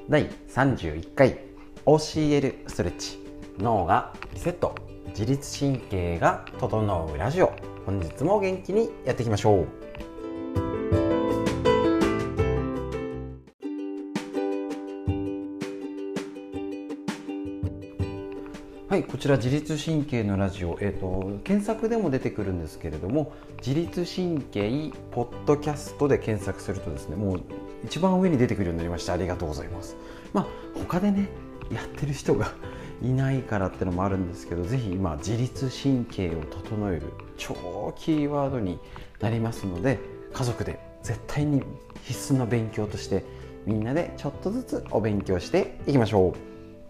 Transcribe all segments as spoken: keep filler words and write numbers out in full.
だいさんじゅういっかい オーシーエル ストレッチ、脳がリセット、自律神経が整うラジオ。本日も元気にやっていきましょう。はい、こちら自律神経のラジオ、えーと、検索でも出てくるんですけれども、自律神経ポッドキャストで検索するとですね、もう一番上に出てくるようになりました。ありがとうございます。まあ他でねやってる人がいないからってのもあるんですけど、ぜひ今自律神経を整える超キーワードになりますので、家族で絶対に必須の勉強としてみんなでちょっとずつお勉強していきましょう。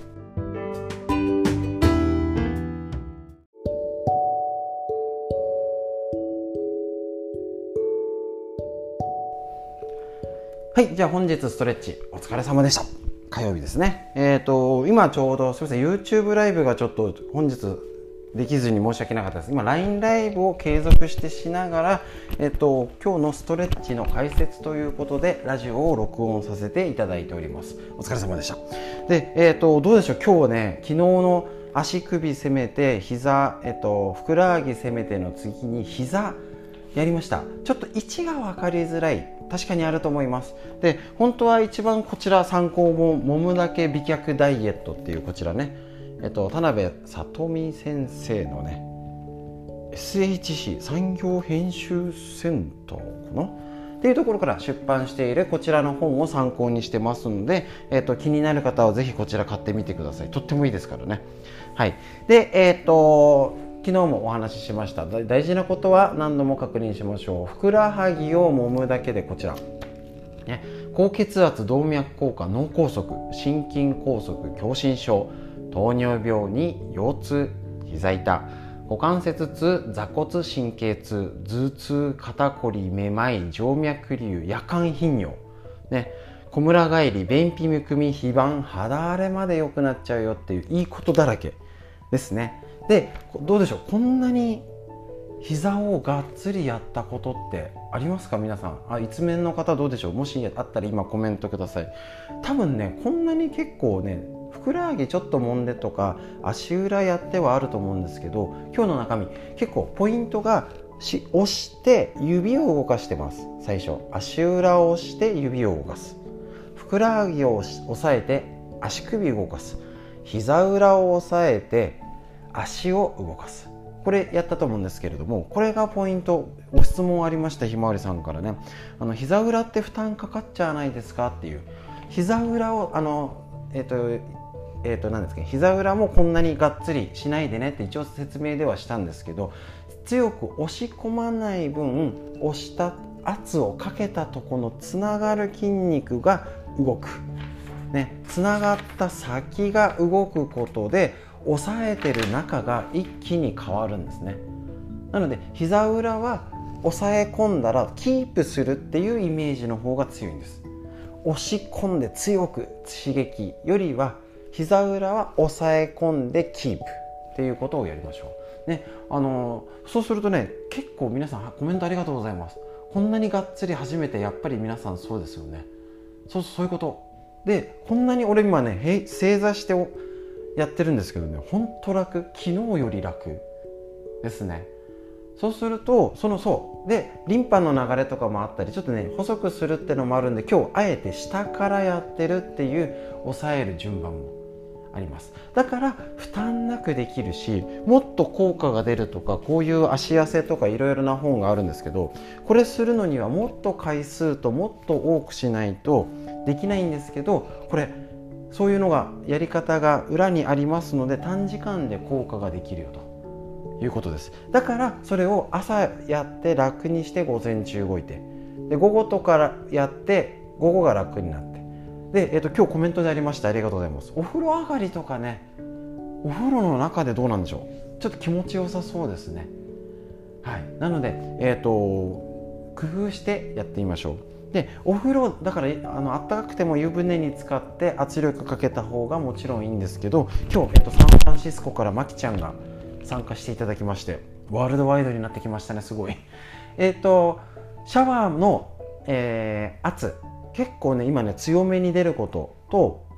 はい、じゃあ本日ストレッチお疲れ様でした。火曜日ですね。えっと今ちょうどすみません YouTube ライブがちょっと本日できずに申し訳なかったです。今 ライン ライブを継続してしながら、えっと今日のストレッチの解説ということでラジオを録音させていただいております。お疲れ様でした。で、えっとどうでしょう、今日はね、昨日の足首攻めて膝、えっとふくらはぎ攻めての次に膝やりました。ちょっと位置が分かりづらい、確かにあると思います。で、本当は一番こちら参考ももむだけ美脚ダイエットっていうこちらね、えっと田辺里美先生のね エスエイチシー 産業編集センターかなっていうところから出版しているこちらの本を参考にしてますので、えっと気になる方はぜひこちら買ってみてください。とってもいいですからね。はい。で、えっと昨日もお話ししました大事なことは何度も確認しましょう。ふくらはぎを揉むだけでこちら、ね、高血圧、動脈硬化、脳梗塞、心筋梗塞、狭心症、糖尿病に腰痛、膝痛、股関節痛、座骨神経痛、頭痛、肩こり、めまい、静脈瘤、夜間頻尿、ね、こむら返り、便秘、むくみ、肥満、肌荒れまで良くなっちゃうよっていういいことだらけですね。で、どうでしょう、こんなに膝をがっつりやったことってありますか皆さん。あ、一面の方どうでしょう。もしあったら今コメントください。多分ね、こんなに結構ね、ふくらはぎちょっと揉んでとか足裏やってはあると思うんですけど、今日の中身結構ポイントがし押して指を動かしてます。最初足裏を押して指を動かす、ふくらはぎを押さえて足首を動かす、膝裏を押さえて足を動かす、これやったと思うんですけれども、これがポイント。ご質問ありました、ひまわりさんからね。あの膝裏って負担かかっちゃわないですかっていう。膝裏をあのえっ、ー、とえっ、ー、と何ですか、膝裏もこんなにがっつりしないでねって一応説明ではしたんですけど、強く押し込まない分、押した圧をかけたところのつながる筋肉が動く、ね、つながった先が動くことで押さえてる中が一気に変わるんですね。なので膝裏は押さえ込んだらキープするっていうイメージの方が強いんです。押し込んで強く刺激よりは膝裏は押さえ込んでキープっていうことをやりましょう、ね、あのそうするとね、結構皆さんコメントありがとうございます。こんなにがっつり初めて、やっぱり皆さんそうですよね。そうそういうことで、こんなに俺今ね正座してやってるんですけどね、ほんと楽、昨日より楽ですね。そうするとそのそうでリンパの流れとかもあったり、ちょっとね細くするってのもあるんで、今日あえて下からやってるっていう抑える順番もあります。だから負担なくできるし、もっと効果が出るとか、こういう足痩せとかいろいろな本があるんですけど、これするのにはもっと回数ともっと多くしないとできないんですけど、これそういうのがやり方が裏にありますので、短時間で効果ができるよということです。だからそれを朝やって楽にして午前中動いて、で午後とかやって午後が楽になって、で、えーと、今日コメントでありました、ありがとうございます。お風呂上がりとかね、お風呂の中でどうなんでしょう、ちょっと気持ちよさそうですね。はい、なので、えーと、工夫してやってみましょう。でお風呂だから、あの暖かくても湯船に浸かって圧力かけた方がもちろんいいんですけど、今日、えっと、サンフランシスコからマキちゃんが参加していただきまして、ワールドワイドになってきましたね、すごい。えっとシャワーの、えー、圧結構ね今ね強めに出ることと、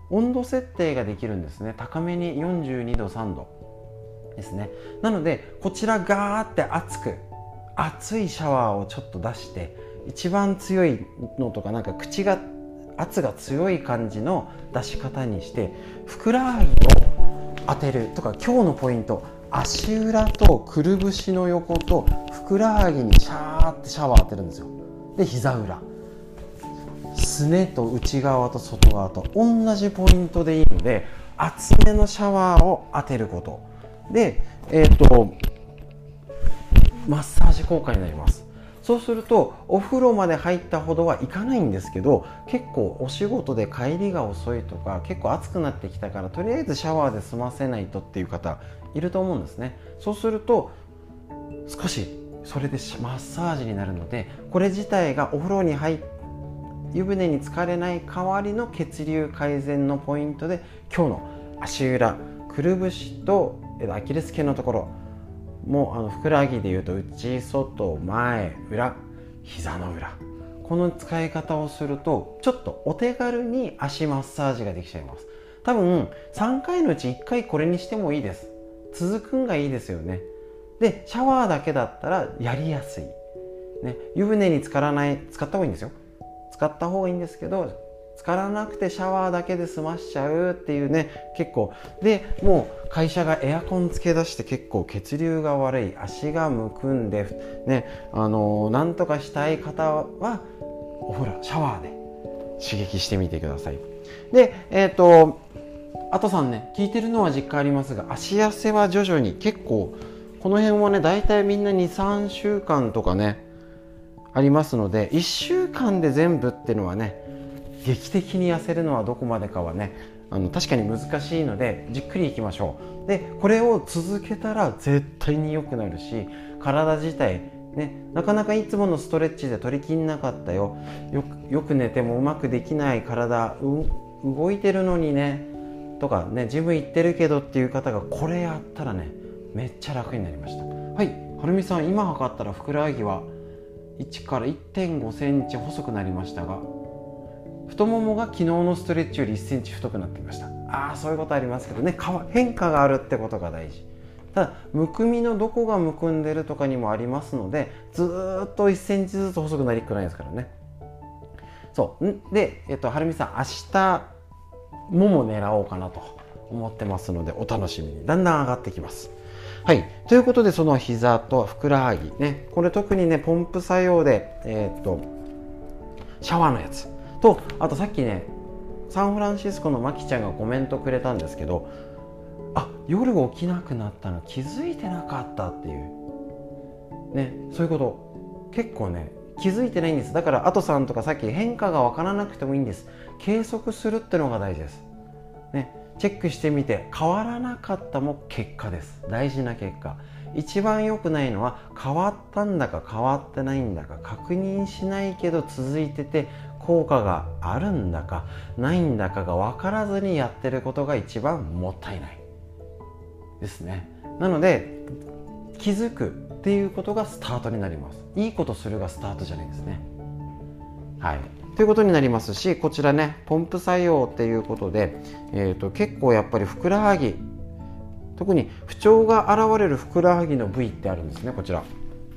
温度設定ができるんですね。高めによんじゅうにどさんどですね。なのでこちらガーって熱く熱いシャワーをちょっと出して、一番強いのとかなんか口が圧が強い感じの出し方にして、ふくらはぎを当てるとか、今日のポイント、足裏とくるぶしの横とふくらはぎにシャーってシャワー当てるんですよ。で膝裏、すねと内側と外側と同じポイントでいいので、厚めのシャワーを当てることで、えーとマッサージ効果になります。そうするとお風呂まで入ったほどはいかないんですけど、結構お仕事で帰りが遅いとか、結構暑くなってきたからとりあえずシャワーで済ませないとっていう方いると思うんですね。そうすると少しそれでマッサージになるので、これ自体がお風呂に入って湯船に浸かれない代わりの血流改善のポイントで、今日の足裏、くるぶしとアキレス腱のところもうあのふくらはぎでいうと内外前裏膝の裏、この使い方をするとちょっとお手軽に足マッサージができちゃいます。多分さんかいのうちいっかいこれにしてもいいです。続くんがいいですよね。でシャワーだけだったらやりやすい、ね、湯船に浸からない、使った方がいいんですよ。使った方がいいんですけど、浸からなくてシャワーだけで済ましちゃうっていうね、結構でもう会社がエアコンつけ出して結構血流が悪い、足がむくんでね、あのー、なんとかしたい方はお風呂シャワーで刺激してみてください。でえっ、ー、とあとさんね、聞いてるのは実感ありますが、足汗は徐々に結構この辺はね、だいたいみんな にさんしゅうかんとかねありますので、いっしゅうかんで全部っていうのはね、劇的に痩せるのはどこまでかはね、あの確かに難しいのでじっくりいきましょう。でこれを続けたら絶対に良くなるし、体自体ね、なかなかいつものストレッチで取りきんなかったよ、よく、よく寝てもうまくできない体、う動いてるのにねとかね、ジム行ってるけどっていう方がこれやったらね、めっちゃ楽になりました。はい、はるみさん、今測ったらふくらはぎはいちから いってんごセンチ細くなりましたが、太ももが昨日のストレッチよりいっセンチ太くなっていました。ああ、そういうことありますけどね、変化があるってことが大事。ただむくみのどこがむくんでるとかにもありますので、ずーっといっセンチずつ細くなりっくないですからね。そうんで、えっと、はるみさん、明日もも狙おうかなと思ってますので、お楽しみに。だんだん上がってきます。はい、ということで、その膝とふくらはぎね、これ特にねポンプ作用で、えー、っとシャワーのやつと、あとさっきねサンフランシスコのマキちゃんがコメントくれたんですけど、あ、夜起きなくなったの気づいてなかったっていうね、そういうこと結構ね気づいてないんです。だからあとさんとかさっき変化が分からなくてもいいんです。計測するってのが大事ですね。チェックしてみて変わらなかったも結果です。大事な結果。一番良くないのは変わったんだか変わってないんだか確認しないけど続いてて効果があるんだかないんだかが分からずにやってることが一番もったいないですね。なので気づくっていうことがスタートになります。いいことするがスタートじゃないですね。はい、ということになりますし、こちらねポンプ作用っていうことで、えーと、結構やっぱりふくらはぎ、特に不調が現れるふくらはぎの部位ってあるんですね。こちら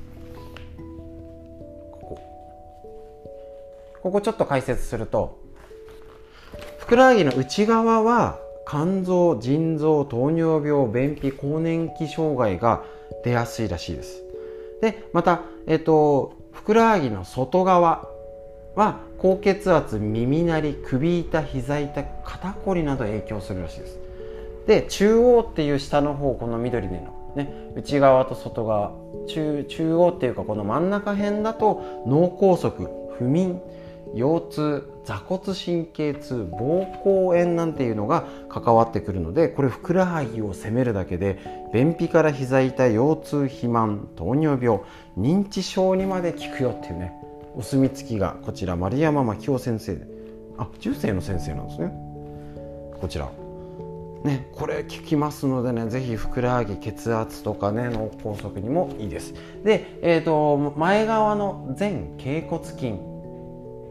ここここちょっと解説すると、ふくらはぎの内側は肝臓、腎臓、糖尿病、便秘、更年期障害が出やすいらしいです。でまた、えーと、ふくらはぎの外側は高血圧、耳鳴り、首痛、膝痛、肩こりなど影響するらしいです。で中央っていう下の方、この緑での、ね、内側と外側、 中, 中央っていうかこの真ん中辺だと脳梗塞、不眠、腰痛、座骨神経痛、膀胱炎なんていうのが関わってくるので、これふくらはぎを攻めるだけで便秘から膝痛、腰痛、肥満、糖尿病、認知症にまで効くよっていうね、お墨付きがこちら丸山真紀夫先生で、あ、中世の先生なんですね。こちらね、これ効きますのでね、ぜひふくらはぎ、血圧とかね、脳梗塞にもいいです。で、えーと、前側の前脛骨筋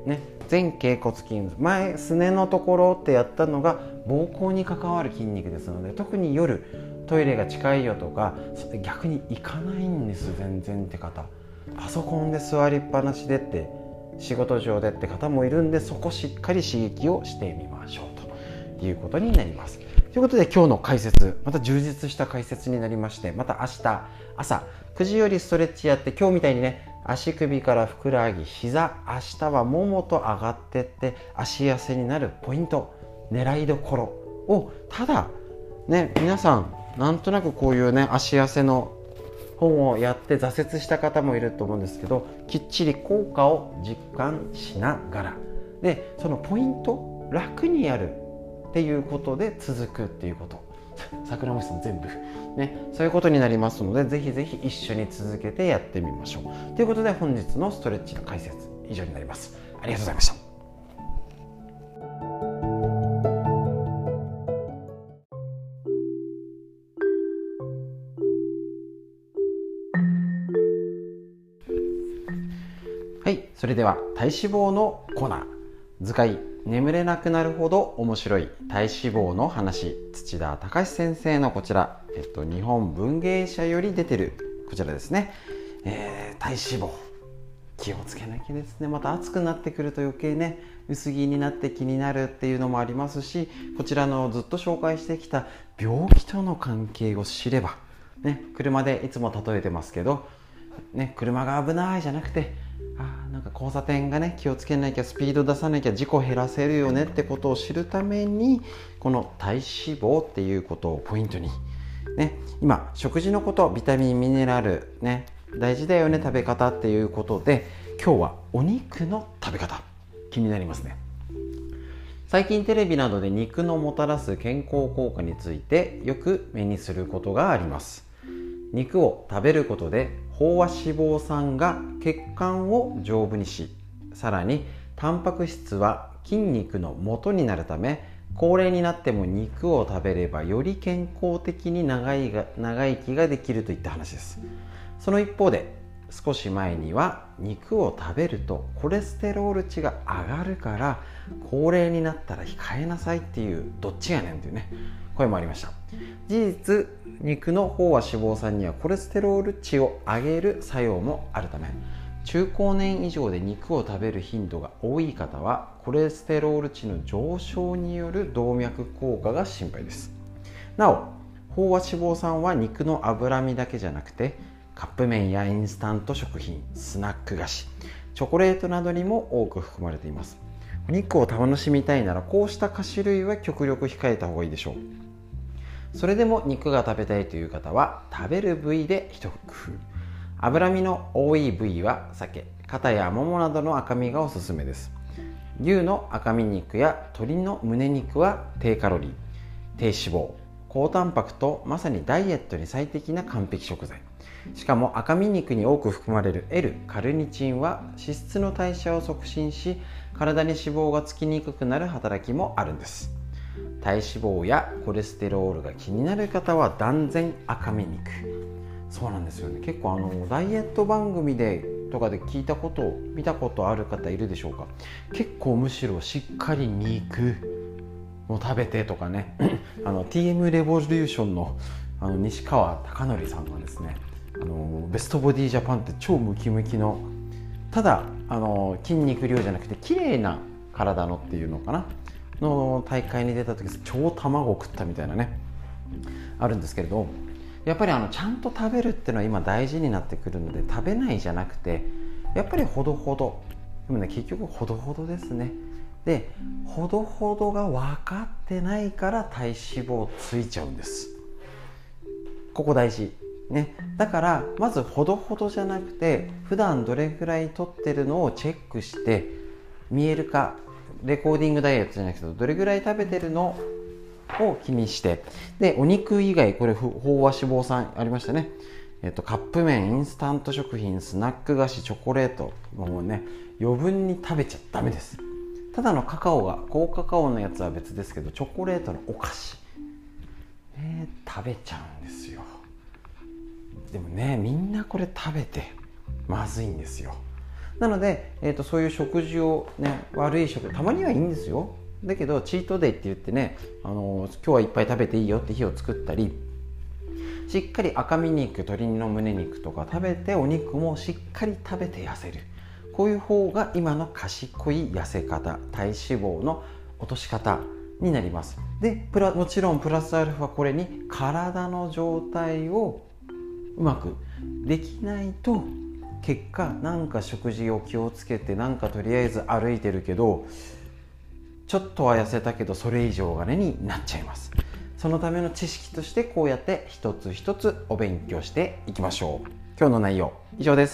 ね、前脛骨筋、前すねのところってやったのが膀胱に関わる筋肉ですので、特に夜トイレが近いよとか逆に行かないんです全然って方、パソコンで座りっぱなしでって仕事上でって方もいるんで、そこしっかり刺激をしてみましょうということになります。ということで今日の解説、また充実した解説になりまして、また明日朝くじよりストレッチやって、今日みたいにね、足首からふくらはぎ、膝、明日はももと上がってって足痩せになるポイント、狙いどころを、ただね、皆さんなんとなくこういうね足痩せの本をやって挫折した方もいると思うんですけど、きっちり効果を実感しながらで、そのポイント楽にやるっていうことで続くっていうこと、桜餅さん全部ね、そういうことになりますので、ぜひぜひ一緒に続けてやってみましょうということで、本日のストレッチの解説以上になります。ありがとうございました。はい、それでは体脂肪のコーナー、図解眠れなくなるほど面白い体脂肪の話、土田隆先生のこちら、えっと、日本文芸社より出てるこちらですね、えー、体脂肪気をつけなきゃですね。また暑くなってくると余計ね薄着になって気になるっていうのもありますし、こちらのずっと紹介してきた病気との関係を知れば、ね、車でいつも例えてますけど、ね、車が危ないじゃなくて、あなんか交差点がね気をつけなきゃ、スピード出さなきゃ事故減らせるよねってことを知るために、この体脂肪っていうことをポイントに、ね、今食事のこと、ビタミンミネラルね大事だよね、食べ方っていうことで、今日はお肉の食べ方気になりますね。最近テレビなどで肉のもたらす健康効果についてよく目にすることがあります。肉を食べることで飽和脂肪酸が血管を丈夫にし、さらにタンパク質は筋肉の元になるため、高齢になっても肉を食べればより健康的に長いが長生きができるといった話です。その一方で、少し前には肉を食べるとコレステロール値が上がるから高齢になったら控えなさいっていう、どっちやねんっていうね声もありました。事実、肉の飽和脂肪酸にはコレステロール値を上げる作用もあるため、中高年以上で肉を食べる頻度が多い方はコレステロール値の上昇による動脈硬化が心配です。なお、飽和脂肪酸は肉の脂身だけじゃなくて、カップ麺やインスタント食品、スナック菓子、チョコレートなどにも多く含まれています。お肉を楽しみたいなら、こうした菓子類は極力控えた方がいいでしょう。それでも肉が食べたいという方は、食べる部位で一工夫。脂身の多い部位は避け、肩やももなどの赤身がおすすめです。牛の赤身肉や鶏の胸肉は低カロリー、低脂肪、高タンパクと、まさにダイエットに最適な完璧食材。しかも赤身肉に多く含まれる L カルニチンは脂質の代謝を促進し、体に脂肪がつきにくくなる働きもあるんです。体脂肪やコレステロールが気になる方は断然赤身肉。そうなんですよね。結構あのダイエット番組でとかで聞いたこと見たことある方いるでしょうか。結構むしろしっかり肉を食べてとかねあの ティーエム レボリューション の, あの西川貴教さんがですね、あのベストボディジャパンって超ムキムキの、ただあの筋肉量じゃなくて綺麗な体のっていうのかなの大会に出た時、超卵を食ったみたいなねあるんですけれど、やっぱりあのちゃんと食べるっていうのは今大事になってくるので、食べないじゃなくてやっぱりほどほど、でもね結局ほどほどですね。でほどほどが分かってないから体脂肪ついちゃうんです。ここ大事ね。だからまずほどほどじゃなくて、普段どれぐらい取ってるのをチェックして見えるか、レコーディングダイエットじゃなくてどれぐらい食べてるのを気にして、でお肉以外、これ飽和脂肪酸ありましたね、えっと、カップ麺、インスタント食品、スナック菓子、チョコレート、もうね余分に食べちゃダメです。ただのカカオが高カカオのやつは別ですけど、チョコレートのお菓子、ね、食べちゃうんですよ。でもねみんなこれ食べてまずいんですよ。 なので、えー、とそういう食事をね、悪い食たまにはいいんですよ。だけどチートデイって言ってね、あのー、今日はいっぱい食べていいよって日を作ったり、しっかり赤身肉、鶏の胸肉とか食べて、お肉もしっかり食べて痩せる、こういう方が今の賢い痩せ方、体脂肪の落とし方になります。でプラもちろんプラスアルファ、これに体の状態をうまくできないと、結果なんか食事を気をつけて、なんかとりあえず歩いてるけどちょっとは痩せたけどそれ以上がねになっちゃいます。そのための知識として、こうやって一つ一つお勉強していきましょう。今日の内容以上です。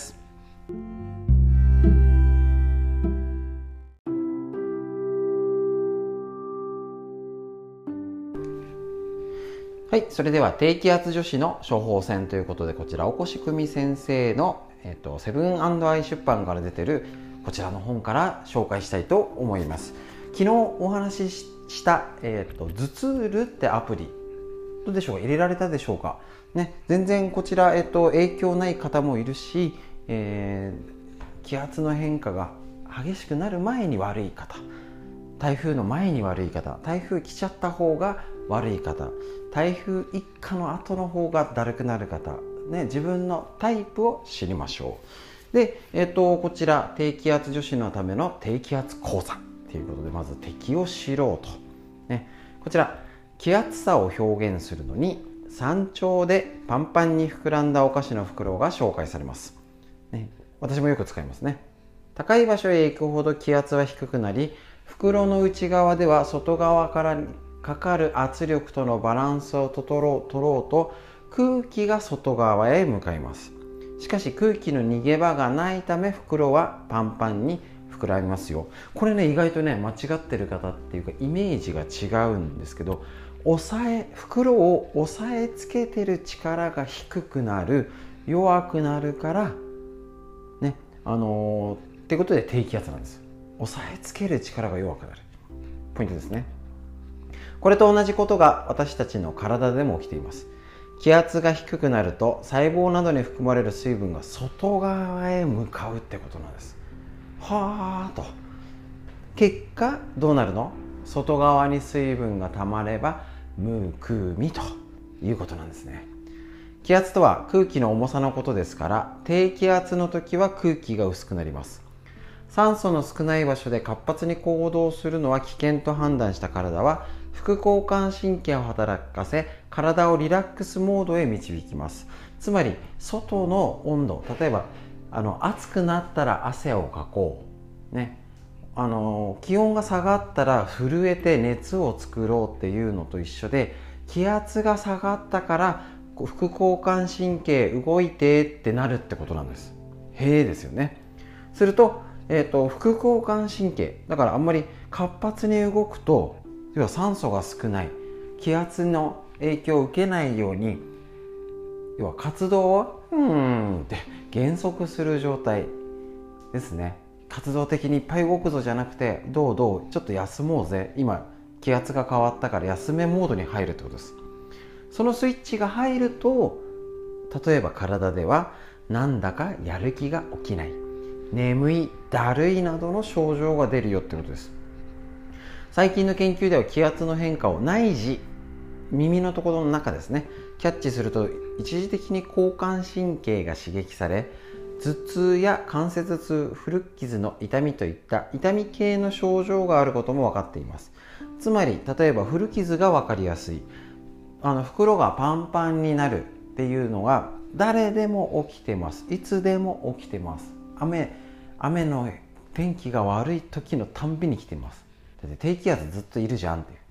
はい、それでは低気圧女子の処方箋ということで、こちらおこしくみ先生の、えっと、セブンアイ出版から出てるこちらの本から紹介したいと思います。昨日お話しした、えっと、頭痛ルってアプリどうでしょうか、入れられたでしょうか、ね、全然こちら、えっと、影響ない方もいるし、えー、気圧の変化が激しくなる前に悪い方、台風の前に悪い方、台風来ちゃった方が悪い方、台風一過の後の方がだるくなる方、ね、自分のタイプを知りましょう。で、えっと、こちら低気圧女子のための低気圧講座ということで、まず敵を知ろうと、ね、こちら気圧差を表現するのに山頂でパンパンに膨らんだお菓子の袋が紹介されます、ね、私もよく使いますね。高い場所へ行くほど気圧は低くなり、袋の内側では外側からかかる圧力とのバランスを取ろう、取ろうと空気が外側へ向かいます。しかし空気の逃げ場がないため、袋はパンパンに膨らみますよ。これね、意外とね間違ってる方っていうかイメージが違うんですけど、押さえ袋を押さえつけてる力が低くなる、弱くなるからね、あのー、っていうことで低気圧なんです。押さえつける力が弱くなるポイントですね。これと同じことが私たちの体でも起きています。気圧が低くなると細胞などに含まれる水分が外側へ向かうってことなんです。はーと、結果どうなるの？外側に水分がたまればむくみということなんですね。気圧とは空気の重さのことですから、低気圧の時は空気が薄くなります。酸素の少ない場所で活発に行動するのは危険と判断した体は、副交感神経を働かせ、体をリラックスモードへ導きます。つまり外の温度、例えばあの暑くなったら汗をかこう、ね、あの気温が下がったら震えて熱を作ろうっていうのと一緒で、気圧が下がったから副交感神経動いてってなるってことなんです。へえですよね。すると、えーと、副交感神経だからあんまり活発に動くと、要は酸素が少ない、気圧の影響を受けないように、要は活動をうーんって減速する状態ですね。活動的にいっぱい動くぞじゃなくて、どうどうちょっと休もうぜ、今気圧が変わったから休めモードに入るってことです。そのスイッチが入ると、例えば体ではなんだかやる気が起きない、眠い、だるいなどの症状が出るよってことです。最近の研究では気圧の変化を内耳、耳のところの中ですね、キャッチすると一時的に交感神経が刺激され、頭痛や関節痛、古傷の痛みといった痛み系の症状があることも分かっています。つまり例えば古傷が分かりやすい、あの袋がパンパンになるっていうのが誰でも起きてます。いつでも起きてます。雨雨の天気が悪い時のたんびに来てます。だって低気圧ずっといるじゃんっていう、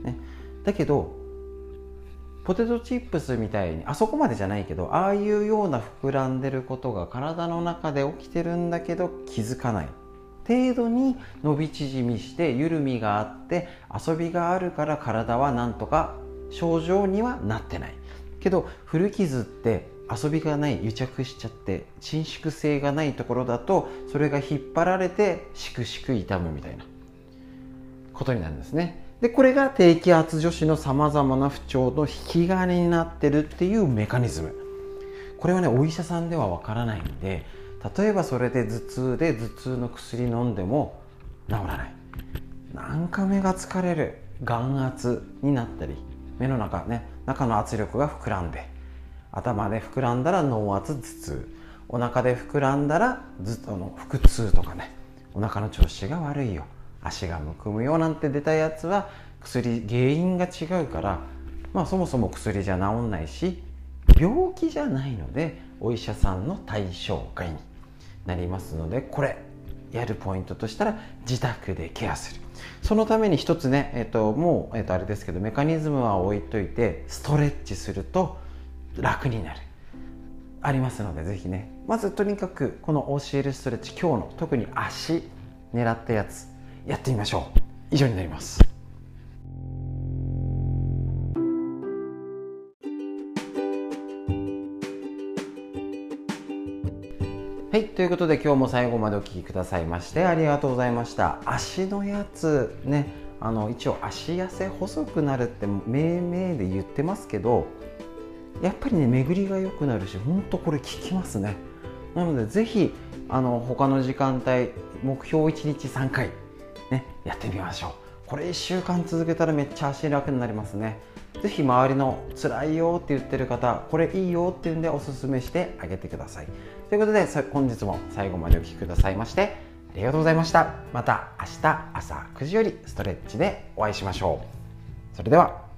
ね、だけどポテトチップスみたいにあそこまでじゃないけど、ああいうような膨らんでることが体の中で起きてるんだけど気づかない程度に伸び縮みして緩みがあって遊びがあるから、体はなんとか症状にはなってないけど、古傷って遊びがない、癒着しちゃって伸縮性がないところだと、それが引っ張られてしくしく痛むみたいなことになるんですね。でこれが低気圧女子のさまざまな不調の引き金になってるっていうメカニズム。これはね、お医者さんではわからないんで、 例えばそれで頭痛で頭痛の薬飲んでも治らない、なんか目が疲れる、眼圧になったり、目の中ね、中の圧力が膨らんで、頭で膨らんだら脳圧頭痛、お腹で膨らんだらずあの腹痛とかね、お腹の調子が悪いよ、足がむくむよなんて出たやつは薬、原因が違うから、まあそもそも薬じゃ治んないし、病気じゃないのでお医者さんの対象外になりますので、これやるポイントとしたら自宅でケアする。そのために一つね、えっと、もう、えっと、あれですけど、メカニズムは置いといてストレッチすると楽になるありますので、ぜひね、まずとにかくこの オーシーエル ストレッチ、今日の特に足狙ったやつやってみましょう。以上になります。はい、ということで今日も最後までお聞きくださいましてありがとうございました。足のやつね、あの一応足痩せ細くなるって命名で言ってますけど、やっぱりね、巡りが良くなるし、ほんとこれ効きますね。なのでぜひあの他の時間帯、目標いちにちさんかい、ね、やってみましょう。これいっしゅうかん続けたらめっちゃ足楽になりますね。ぜひ周りの辛いよって言ってる方、これいいよっていうんでおすすめしてあげてください。ということで本日も最後までお聞きくださいましてありがとうございました。また明日朝くじよりストレッチでお会いしましょう。それでは。